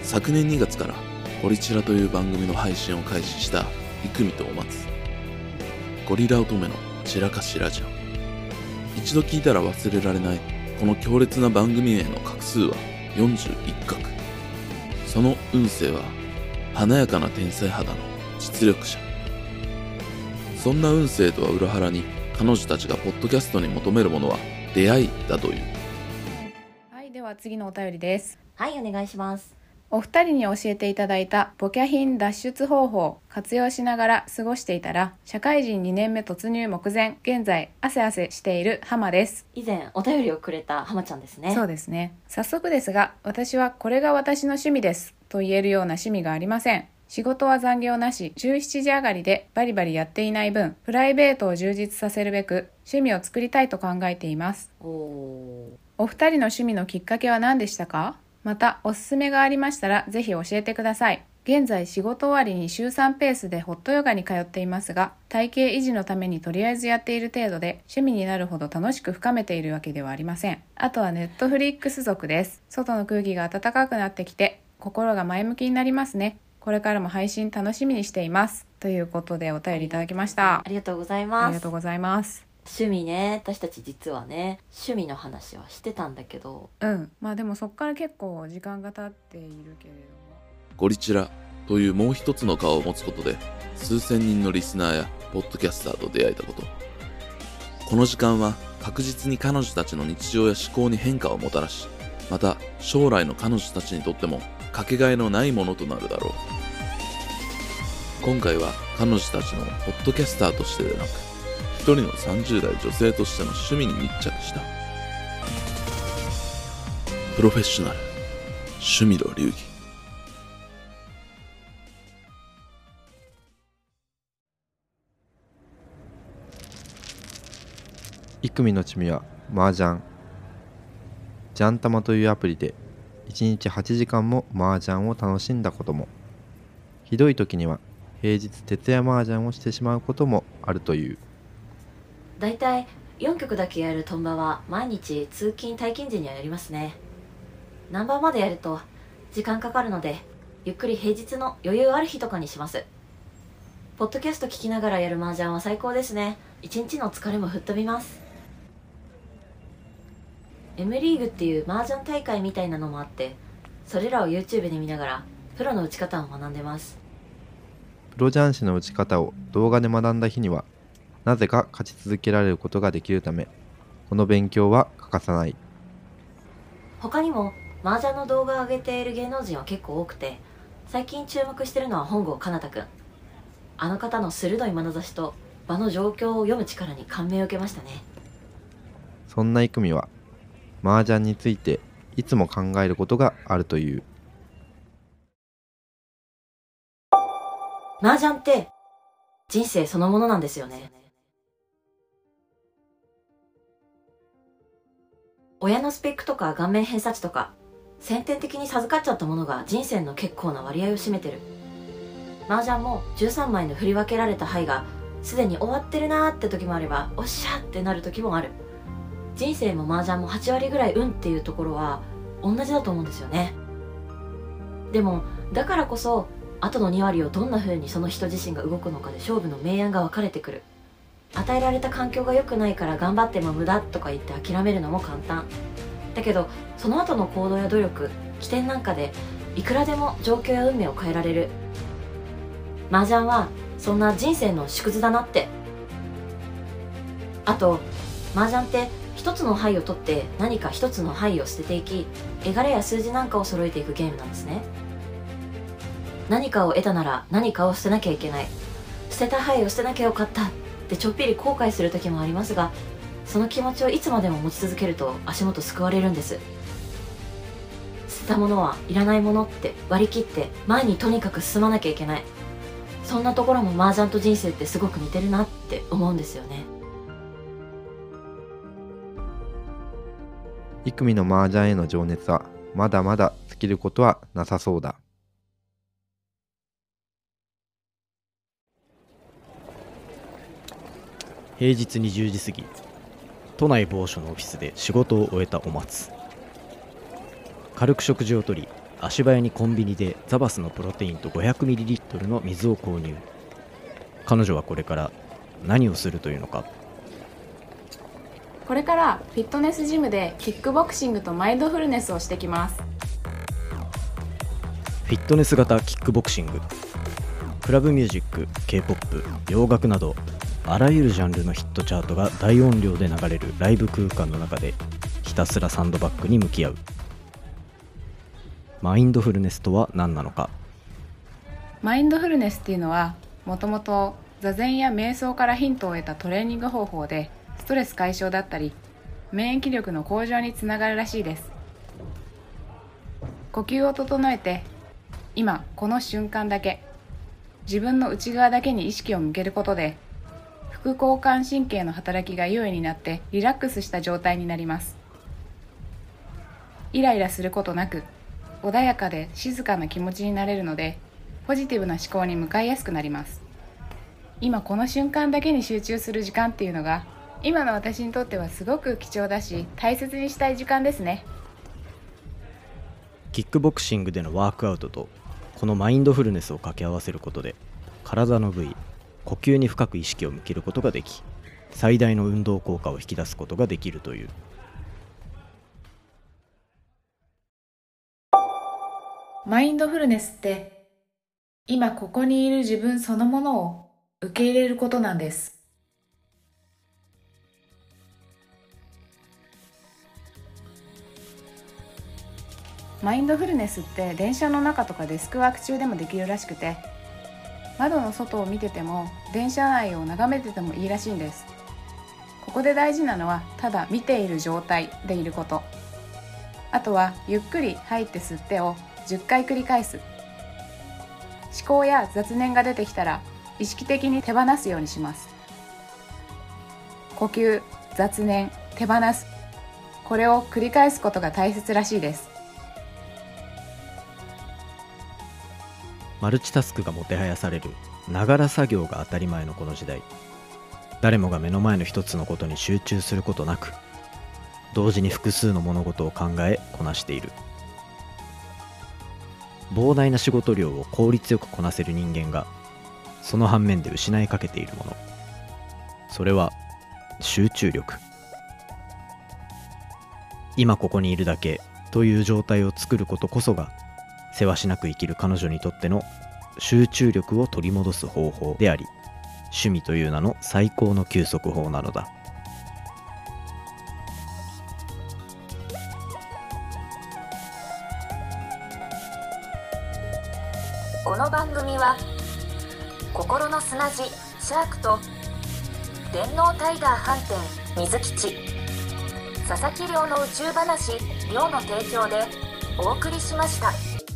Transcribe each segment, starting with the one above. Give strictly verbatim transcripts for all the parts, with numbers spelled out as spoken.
昨年にがつからゴリチラという番組の配信を開始したイクミとお松。ゴリラ乙女の散らかしラジオ。一度聞いたら忘れられないこの強烈な番組名の画数はよんじゅういっかく。その運勢は華やかな天才肌の実力者。そんな運勢とは裏腹に彼女たちがポッドキャストに求めるものは出会いだという。 はい、では次のお便りです。 はい、お願いします。 お二人に教えていただいたボキャ品脱出方法を活用しながら過ごしていたら、社会人にねんめ突入目前、現在汗汗している浜です。 以前お便りをくれた浜ちゃんですね。 そうですね。早速ですが、私はこれが私の趣味ですと言えるような趣味がありません。仕事は残業なし、じゅうしちじ上がりでバリバリやっていない分、プライベートを充実させるべく趣味を作りたいと考えています。 おお二人の趣味のきっかけは何でしたか？またおすすめがありましたらぜひ教えてください。現在仕事終わりに週さんペースでホットヨガに通っていますが、体型維持のためにとりあえずやっている程度で趣味になるほど楽しく深めているわけではありません。あとはネットフリックス族です。外の空気が暖かくなってきて心が前向きになりますね。これからも配信楽しみにしています。ということでお便りいただきました。 ありがとうございます。 ありがとうございます。 趣味ね、私たち実はね趣味の話はしてたんだけど、 うんまあでもそっから結構時間が経っているけれども、 ゴリチラというもう一つの顔を持つことで数千人のリスナーやポッドキャスターと出会えたこと。この時間は確実に彼女たちの日常や思考に変化をもたらし、また将来の彼女たちにとってもかけがえのないものとなるだろう。今回は彼女たちのポッドキャスターとしてでなく、一人のさんじゅう代女性としての趣味に密着した。プロフェッショナル趣味の流儀。 イクミの趣味は麻雀。ジャンタマというアプリでいちにちはちじかんも麻雀を楽しんだことも、ひどい時には平日徹夜麻雀をしてしまうこともあるという。 だいたいよんきょくだけやるトンバは毎日通勤退勤時にはやりますね。何番までやると時間かかるので、ゆっくり平日の余裕ある日とかにします。ポッドキャスト聞きながらやる麻雀は最高ですね。一日の疲れも吹っ飛びます。 M リーグっていう麻雀大会みたいなのもあって、それらを YouTube で見ながらプロの打ち方を学んでます。 プロ雀士の打ち方を動画で学んだ日にはなぜか勝ち続けられることができるため、この勉強は欠かさない。 他にも麻雀の動画を上げている芸能人は結構多くて、最近注目してるのは本郷奏多くん。あの方の鋭い眼差しと場の状況を読む力に感銘を受けましたね。 そんなイクミは麻雀についていつも考えることがあるという。 麻雀って人生そのものなんですよね。親のスペックとか顔面偏差値とか先天的に授かっちゃったものが人生の結構な割合を占めてる。麻雀もじゅうさんまいの振り分けられた牌がすでに終わってるなーって時もあれば、おっしゃってなる時もある。人生も麻雀もはちわりぐらい運っていうところは同じだと思うんですよね。でもだからこそあとのにわりをどんな風にその人自身が動くのかで勝負の明暗が分かれてくる。与えられた環境が良くないから頑張っても無駄とか言って諦めるのも簡単だけど、その後の行動や努力、起点なんかでいくらでも状況や運命を変えられる。麻雀はそんな人生の縮図だなって。あと麻雀って一つの牌を取って何か一つの牌を捨てていき、絵柄や数字なんかを揃えていくゲームなんですね。何かを得たなら何かを捨てなきゃいけない、捨てた牌を捨てなきゃよかったってちょっぴり後悔する時もありますが、その気持ちをいつまでも持ち続けると足元救われるんです。捨てたものはいらないものって割り切って前にとにかく進まなきゃいけない。そんなところも麻雀と人生ってすごく似てるなって思うんですよね。 イクミの麻雀への情熱はまだまだ尽きることはなさそうだ。 平日にじゅうじ過ぎ、都内某所のオフィスで仕事を終えたお松。軽く食事をとり、 足早にコンビニでザバスのプロテインと ごひゃくミリリットル の水を購入。彼女はこれから何をするというのか。 これからフィットネスジムでキックボクシングとマインドフルネスをしてきます。 フィットネス型キックボクシング。クラブミュージック、 K-ポップ、 洋楽などあらゆるジャンルのヒットチャートが大音量で流れるライブ空間の中でひたすらサンドバッグに向き合う。マインドフルネスとは何なのか。 マインドフルネスっていうのはもともと座禅や瞑想からヒントを得たトレーニング方法で、ストレス解消だったり免疫力の向上につながるらしいです。呼吸を整えて、今この瞬間だけ、自分の内側だけに意識を向けることで、副交感神経の働きが優位になってリラックスした状態になります。イライラすることなく穏やかで静かな気持ちになれるので、ポジティブな思考に向かいやすくなります。今この瞬間だけに集中する時間っていうのが、今の私にとってはすごく貴重だし、大切にしたい時間ですね。 キックボクシングでのワークアウトとこのマインドフルネスを掛け合わせることで、体の部位、呼吸に深く意識を向けることができ、最大の運動効果を引き出すことができるという。 マインドフルネスって今ここにいる自分そのものを受け入れることなんです。マインドフルネスって電車の中とかデスクワーク中でもできるらしくて、窓の外を見てても電車内を眺めててもいいらしいんです。ここで大事なのはただ見ている状態でいること。あとはゆっくり吐いて吸ってをじゅっかい繰り返す。思考や雑念が出てきたら意識的に手放すようにします。呼吸、雑念、手放す、これを繰り返すことが大切らしいです。 マルチタスクがもてはやされるながら作業が当たり前のこの時代、誰もが目の前の一つのことに集中することなく、同時に複数の物事を考えこなしている。膨大な仕事量を効率よくこなせる人間が、その反面で失いかけているもの、それは集中力。今ここにいるだけという状態を作ることこそが、せわしなく生きる彼女にとっての集中力を取り戻す方法であり、趣味という名の最高の休息法なのだ。 この番組は心の砂地シャークと電脳タイガー飯店水吉、佐々木亮の宇宙話亮の提供でお送りしました。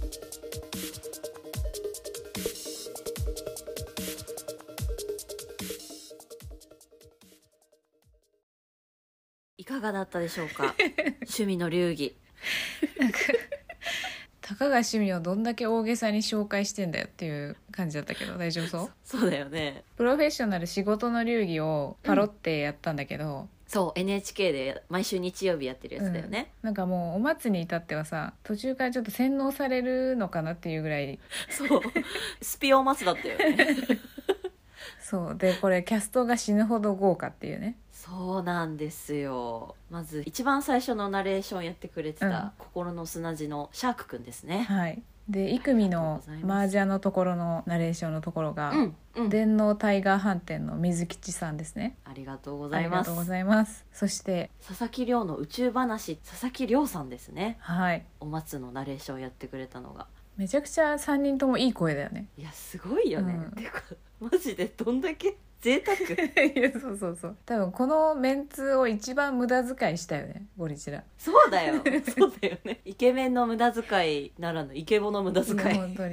いかがだったでしょうか趣味の流儀。 なんかたかが趣味をどんだけ大げさに紹介してんだよっていう感じだったけど、大丈夫そう？ そうだよね。 プロフェッショナル仕事の流儀をパロってやったんだけど、うん、 そう エヌエイチケー で毎週日曜日やってるやつだよね、 うん、なんかもうお松に至ってはさ、途中からちょっと洗脳されるのかなっていうぐらいそうスピオマスだったよねそうで、これキャストが死ぬほど豪華っていうね。 そうなんですよ。まず一番最初のナレーションやってくれてた、うん、心の砂地のシャークくんですね。 はい。でイクミの麻雀のところのナレーションのところが、 うんうん、 電脳タイガー飯店の水吉さんですね。 ありがとうございます。 ありがとうございます。そして佐々木亮の宇宙話、佐々木亮さんですね。 はい。 お松のナレーションやってくれたのが、 めちゃくちゃさんにんともいい声だよね。 いやすごいよね、うん、てかマジでどんだけ贅沢いやそうそうそう、多分このメンツを一番無駄遣いしたよね、ゴリチラ。 そうだよそうだよねイケメンの無駄遣いならぬイケボの無駄遣い。 本当に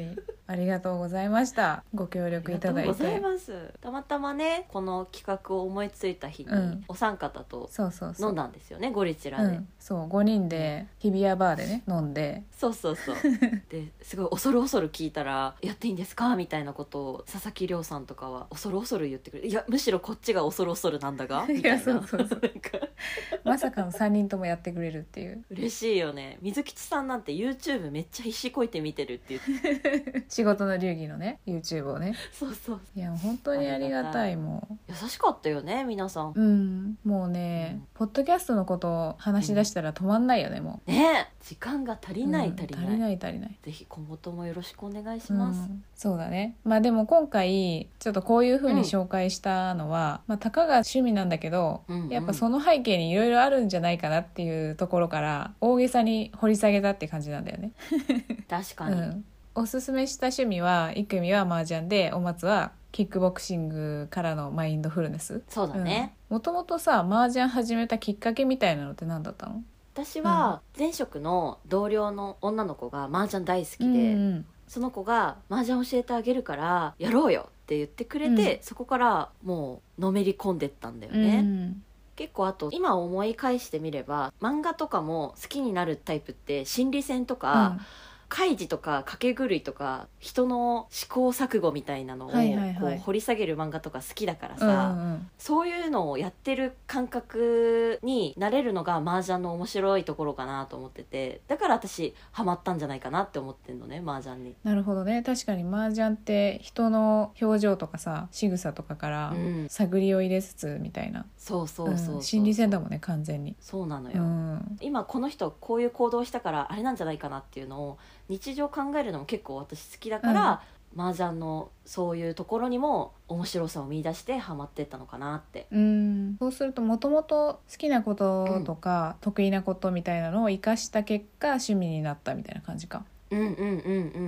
ありがとうございました。ご協力いただいて。 ありがとうございます。たまたまねこの企画を思いついた日に、うん、お三方とそうそうそう飲んだんですよね、ゴリチラで、うん、 そうごにんで日比谷バーでね飲んで、 そうそうそうですごい恐る恐る聞いたらやっていいんですかみたいなことを佐々木亮さんとかは恐る恐る言ってくれる。いやむしろこっちが恐る恐るなんだがみたいな。いやそうそうそうなんかまさかのさんにんともやってくれるっていう嬉しいよね。水吉さんなんて YouTube めっちゃ必死こいて見てるって言って仕事の流儀のね YouTube をね。 そうそういや本当にありがたい。もう優しかったよね皆さん。 うんもうね、うん、ポッドキャストのことを話し出したら止まんないよね、うん、もうね時間が足りない、 うん、 足りない足りない足りない。 ぜひ今後ともよろしくお願いします、うん、 そうだね。まあでも今回ちょっとこういう風に紹介したのは、うん、まあたかが趣味なんだけど、うんうん、やっぱその背景にいろいろあるんじゃないかなっていうところから大げさに掘り下げたって感じなんだよね確かに、うん、 おすすめした趣味はイクミは麻雀でお松はキックボクシングからのマインドフルネス。 そうだね。 もともとさ麻雀始めたきっかけみたいなのって何だったの？ 私は前職の同僚の女の子が麻雀大好きで、うんうん、その子が麻雀教えてあげるからやろうよって言ってくれて、うん、そこからもうのめり込んでったんだよね、うん、結構あと今思い返してみれば漫画とかも好きになるタイプって心理戦とか、うん怪事とか賭け狂いとか人の試行錯誤みたいなのをこう掘り下げる漫画とか好きだからさ、うんうん、そういうのをやってる感覚になれるのが麻雀の面白いところかなと思ってて、だから私ハマったんじゃないかなって思ってんのね麻雀に。 なるほどね。確かに麻雀って人の表情とかさ仕草とかから探りを入れつつみたいな、うん、 そうそうそうそう、 うん、心理戦だもんね完全に。 そうなのよ、 うん、 今この人こういう行動したからあれなんじゃないかなっていうのを日常考えるのも結構私好きだから、うん、麻雀のそういうところにも面白さを見出してハマってったのかなって。 うん、そうするともともと好きなこととか、うん、得意なことみたいなのを生かした結果趣味になったみたいな感じか。 うんうんうんうん。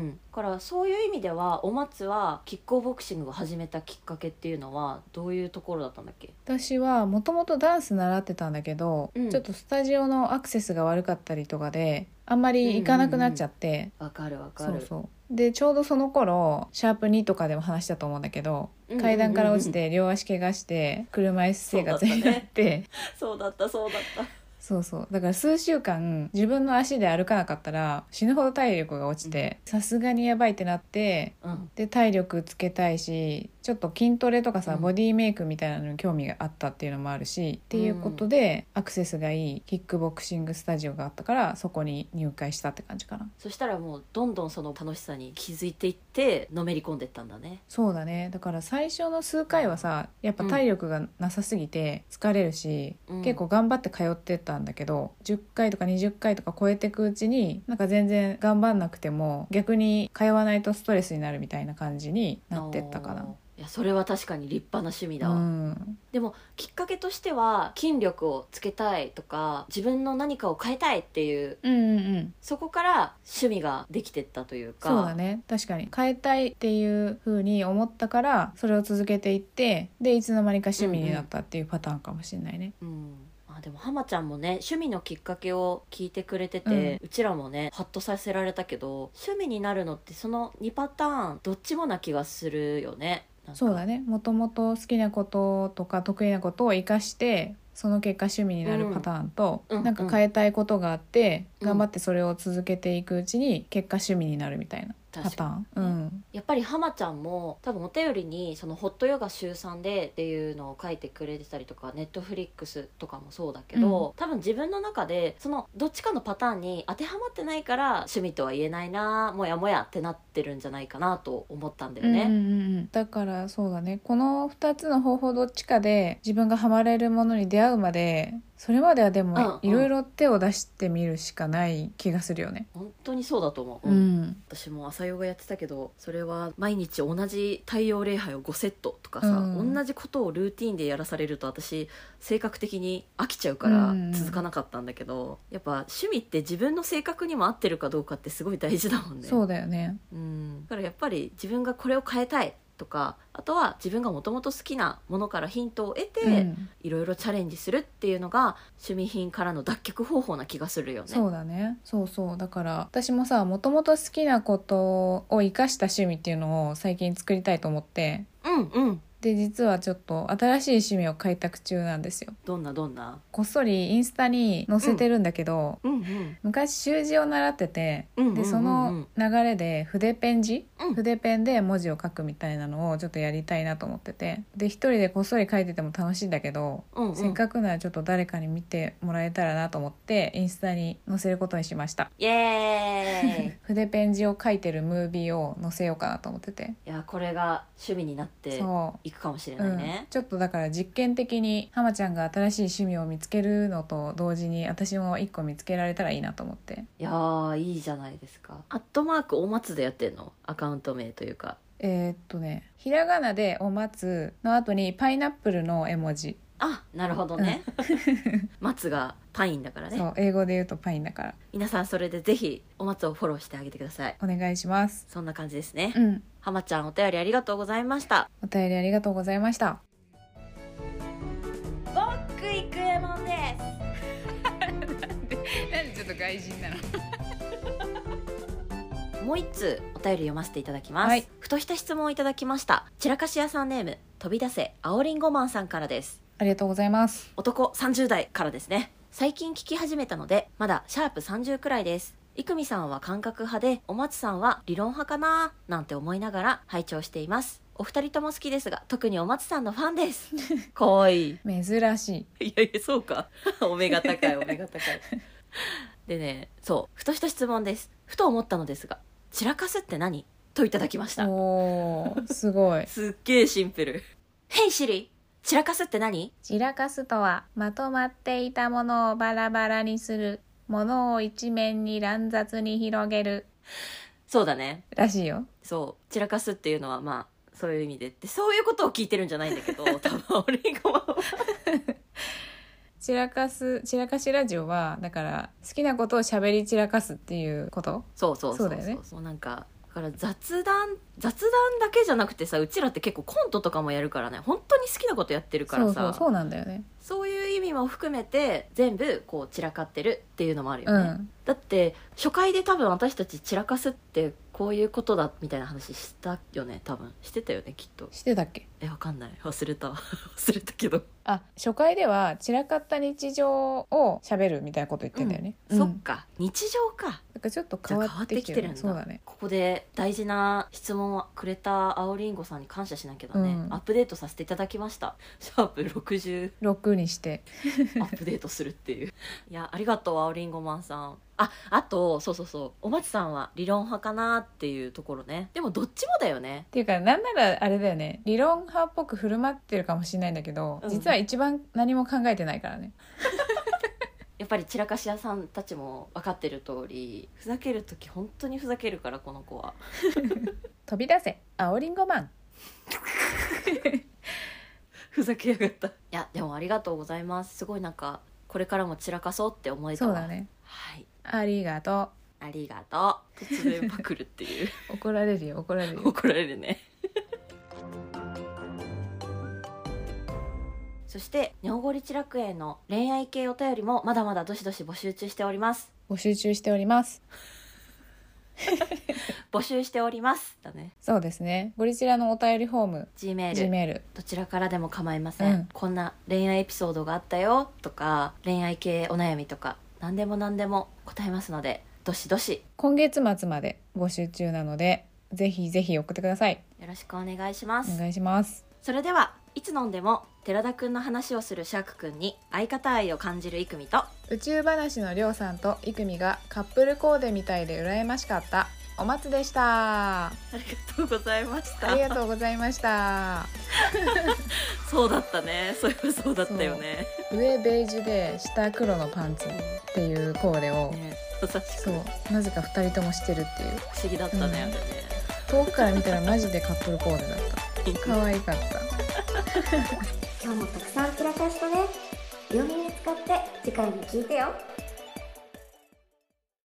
だからそういう意味ではお松はキックボクシングを始めたきっかけっていうのはどういうところだったんだっけ？ 私はもともとダンス習ってたんだけど、うん、ちょっとスタジオのアクセスが悪かったりとかであんまり行かなくなっちゃって、 わ、うんうんうん、かるわかる。 そうそうでちょうどその頃シャープにとかでも話したと思うんだけど、うんうんうんうん、階段から落ちて両足怪我して車椅子生活になってそうだったそうだったそうそうだから数週間自分の足で歩かなかったら死ぬほど体力が落ちてさすがにやばいってなって、うん、で体力つけたいしちょっと筋トレとかさ、うん、ボディメイクみたいなのに興味があったっていうのもあるしっていうことで、うん、アクセスがいいキックボクシングスタジオがあったからそこに入会したって感じかな。 そしたらもうどんどんその楽しさに気づいていってのめり込んでったんだね。 そうだね。だから最初の数回はさやっぱ体力がなさすぎて疲れるし、うん、結構頑張って通ってったんだけどじゅっかいとかにじゅっかいとか超えてくうちになんか全然頑張んなくても逆に通わないとストレスになるみたいな感じになってったかな。 いやそれは確かに立派な趣味だわ、 うん、 でもきっかけとしては筋力をつけたいとか自分の何かを変えたいっていう、 うんうんうん、 そこから趣味ができてったというか。 そうだね確かに変えたいっていう風に思ったからそれを続けていってでいつの間にか趣味になったっていうパターンかもしれないね。 うん、うんあでも浜ちゃんもね趣味のきっかけを聞いてくれてて、うん、うちらもねハッとさせられたけど趣味になるのってそのにパターンどっちもな気がするよね。 そうだねもともと好きなこととか得意なことを生かしてその結果趣味になるパターンと、うん、なんか変えたいことがあって、うん、頑張ってそれを続けていくうちに結果趣味になるみたいなパターン、うん、 やっぱり浜ちゃんも多分お便りにそのホットヨガ週さんでっていうのを書いてくれてたりとかネットフリックスとかもそうだけど、うん、多分自分の中でそのどっちかのパターンに当てはまってないから趣味とは言えないなもやもやってなってるんじゃないかなと思ったんだよね、 うんうんうん、だからそうだねこのふたつの方法どっちかで自分がハマれるものに出会うまでそれまではでもいろいろ手を出してみるしかない気がするよね。 本当にそうだと思う、 うん、 私も朝ヨガやってたけどそれは毎日同じ太陽礼拝をごセットとかさ、うん、同じことをルーティンでやらされると私性格的に飽きちゃうから続かなかったんだけど、うん、やっぱ趣味って自分の性格にも合ってるかどうかってすごい大事だもんね。 そうだよね、 うん、だからやっぱり自分がこれを変えたいととか、あとは自分がもともと好きなものからヒントを得て、 うんいろいろチャレンジするっていうのが趣味品からの脱却方法な気がするよね。 そうだね。そうそう。だから私もさ、もともと好きなことを生かした趣味っていうのを最近作りたいと思って、 うんうん。 で実はちょっと新しい趣味を開拓中なんですよ。 どんなどんな。 こっそりインスタに載せてるんだけど、 うんうん昔習字を習ってて、 うんうんうんうんでその流れで筆ペン字、 うん筆ペンで文字を書くみたいなのをちょっとやりたいなと思ってて、で一人でこっそり書いてても楽しいんだけど、 うんうん。 せっかくならちょっと誰かに見てもらえたらなと思ってインスタに載せることにしました。 イエーイ。 筆ペン字を書いてるムービーを載せようかなと思ってて、 いやこれが趣味になってそいくかもしれう、 ないね。 うん、ちょっとだから実験的に浜ちゃんが新しい趣味を見つけるのと同時に私も一個見つけられたらいいなと思って。 いやーいいじゃないですか。アットマークお松でやってんの？アカウント名というか。 えーっとねひらがなでお松の後にパイナップルの絵文字、 あ、なるほどね。松がパインだからね。 そう英語で言うとパインだから皆さんそれでぜひお松をフォローしてあげてください。 お願いします。 そんな感じですね。 うん浜ちゃんお便りありがとうございました。 お便りありがとうございました。 僕イクエモンです。 なんでちょっと外人なのもう一通お便り読ませていただきます、 はい、 ふとした質問をいただきました。散らかし屋さんネーム飛び出せ青りんごマンさんからです。 ありがとうございます。 男さんじゅう代からですね。最近聞き始めたのでまだシャープさんじゅうくらいです。いくみさんは感覚派でお松さんは理論派かななんて思いながら拝聴しています。お二人とも好きですが特にお松さんのファンです。かわいい。 珍しい。 いやいやそうか。お目が高いお目が高い。でね、そうふとした質問です。ふと思ったのですが散らかすって何といただきました。 おーすごい。 すっげえシンプル。ヘイシリ、散らかすって何？ 散らかすとはまとまっていたものをバラバラにする、ものを一面に乱雑に広げるそうだね。 らしいよ。 そう散らかすっていうのはまあそういう意味でってそういうことを聞いてるんじゃないんだけど多分俺がまあ散らかす散らかしラジオはだから好きなことを喋り散らかすっていうこと。 そうそうそうそうそうだよね。 そうなんかだから雑談雑談だけじゃなくてさ、うちらって結構コントとかもやるからね、本当に好きなことやってるからさ、 そうそうそうなんだよね。 そういう意味も含めて全部こう散らかってるっていうのもあるよね、 うんだって初回で多分私たち散らかすってこういうことだみたいな話したよね。多分してたよねきっと。 してたっけ。 えわかんない、忘れた忘れたけどあ、初回では散らかった日常を喋るみたいなこと言ってんだよね、 うんそっか日常か。 だからちょっと変わってきてる。 じゃあ変わってきてるんだ。 そうだね。 ここで大事な質問をくれた青りんごさんに感謝しなきゃだね、 うんアップデートさせていただきました。シャープろくじゅうろくにしてアップデートするっていういやありがとう青りんごマンさん。ああとそうそうそうおまちさんは理論派かなっていうところね。でもどっちもだよね。 っていうかなんならあれだよね、理論派っぽく振る舞ってるかもしれないんだけど、 うん実は一番何も考えてないからねやっぱり散らかし屋さんたちも分かってる通りふざけるとき本当にふざけるからこの子は飛び出せ青りんごマンふざけやがった。いやでもありがとうございます。すごいなんかこれからも散らかそうって思えたわ。 そうだね。 はいありがとありがとう。突然パクるっていうう。怒られるよ怒られるよ怒られるねそしてにょごりち楽園の恋愛系お便りもまだまだどしどし募集中しております。 募集中しております。 募集しておりますだね。 そうですね、ゴリチラのお便りフォーム G メール G メールどちらからでも構いません、 うんこんな恋愛エピソードがあったよとか恋愛系お悩みとか何でも何でも答えますのでどしどし今月末まで募集中なのでぜひぜひ送ってください。 よろしくお願いします。 お願いします。 それではいつ飲んでも寺田くんの話をするシャークくんに相方愛を感じるイクミと宇宙話のりょうさんとイクミがカップルコーデみたいで羨ましかったお松でした。 ありがとうございましたありがとうございました。 そうだったね。そういえばそうだったよね。 上ベージュで下黒のパンツっていうコーデを、 ね優しくそうなぜかふたりともしてるっていう。 不思議だったね、 うんあれね。 遠くから見たらマジでカップルコーデだった。可愛かった。 今日もたくさん散らかしたね。両耳使って次回も聞いてよ。